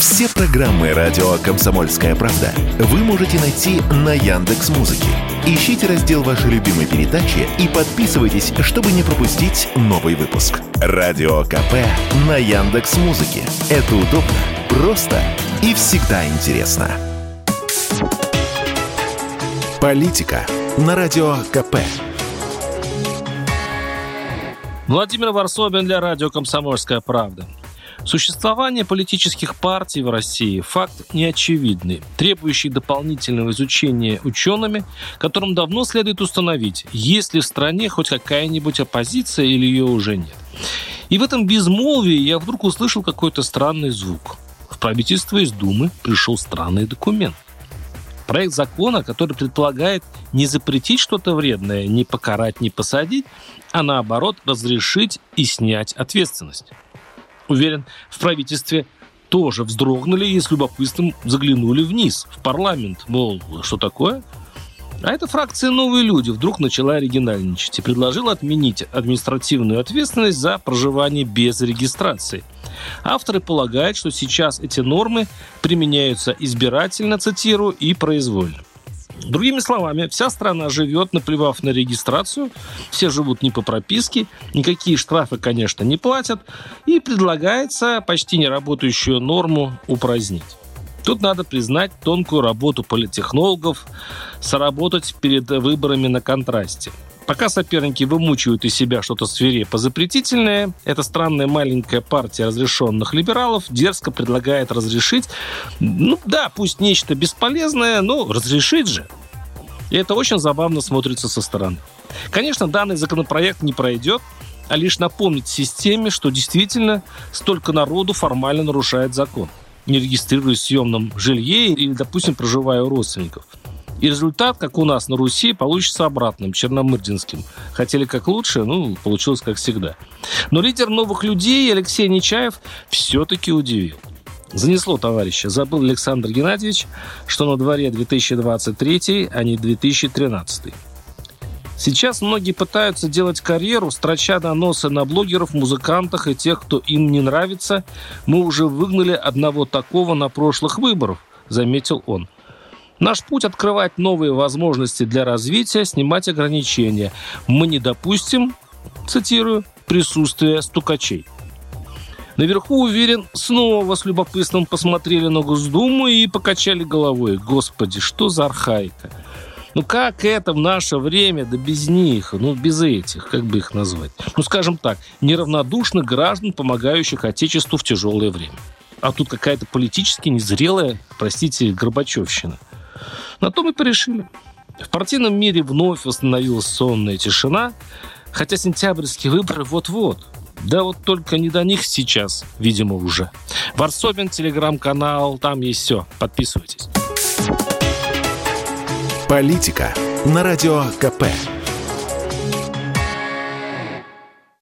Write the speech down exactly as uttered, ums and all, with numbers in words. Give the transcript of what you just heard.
Все программы радио «Комсомольская правда» вы можете найти на Яндекс.Музыке. Ищите раздел вашей любимой передачи и подписывайтесь, чтобы не пропустить новый выпуск. Радио КП на Яндекс.Музыке. Это удобно, просто и всегда интересно. Политика на радио КП. Владимир Варсобин для радио «Комсомольская правда». Существование политических партий в России – факт неочевидный, требующий дополнительного изучения учеными, которым давно следует установить, есть ли в стране хоть какая-нибудь оппозиция или ее уже нет. И в этом безмолвии я вдруг услышал какой-то странный звук. В правительство из Думы пришел странный документ. Проект закона, который предполагает не запретить что-то вредное, не покарать, не посадить, а наоборот разрешить и снять ответственность. Уверен, в правительстве тоже вздрогнули и с любопытством заглянули вниз, в парламент. Мол, что такое? А эта фракция «Новые люди» вдруг начала оригинальничать и предложила отменить административную ответственность за проживание без регистрации. Авторы полагают, что сейчас эти нормы применяются избирательно, цитирую, и произвольно. Другими словами, вся страна живет, наплевав на регистрацию, все живут не по прописке, никакие штрафы, конечно, не платят, и предлагается почти неработающую норму упразднить. Тут надо признать тонкую работу политтехнологов, соработать перед выборами на контрасте. Пока соперники вымучивают из себя что-то свирепо запретительное, эта странная маленькая партия разрешенных либералов дерзко предлагает разрешить, ну да, пусть нечто бесполезное, но разрешить же. И это очень забавно смотрится со стороны. Конечно, данный законопроект не пройдет, а лишь напомнит системе, что действительно столько народу формально нарушает закон, не регистрируясь в съемном жилье или, допустим, проживая у родственников. И результат, как у нас на Руси, получится обратным, черномырдинским. Хотели как лучше, ну, получилось как всегда. Но лидер «Новых людей» Алексей Нечаев все-таки удивил. Занесло, товарища. Забыл Александр Геннадьевич, что на дворе две тысячи двадцать третий, а не две тысячи тринадцатый. Сейчас многие пытаются делать карьеру, строча доносы на блогеров, музыкантах и тех, кто им не нравится. Мы уже выгнали одного такого на прошлых выборах, заметил он. Наш путь — открывать новые возможности для развития, снимать ограничения. Мы не допустим, цитирую, присутствия стукачей. Наверху, уверен, снова с любопытством посмотрели на Госдуму и покачали головой. Господи, что за архаика? Ну как это в наше время, да без них, ну без этих, как бы их назвать? Ну скажем так, неравнодушных граждан, помогающих Отечеству в тяжелое время. А тут какая-то политически незрелая, простите, горбачевщина. На то мы порешили. В партийном мире вновь восстановилась сонная тишина, хотя сентябрьские выборы вот-вот. Да вот только не до них сейчас, видимо, уже. Варсобин, телеграм-канал, там есть все. Подписывайтесь. Политика на радио КП.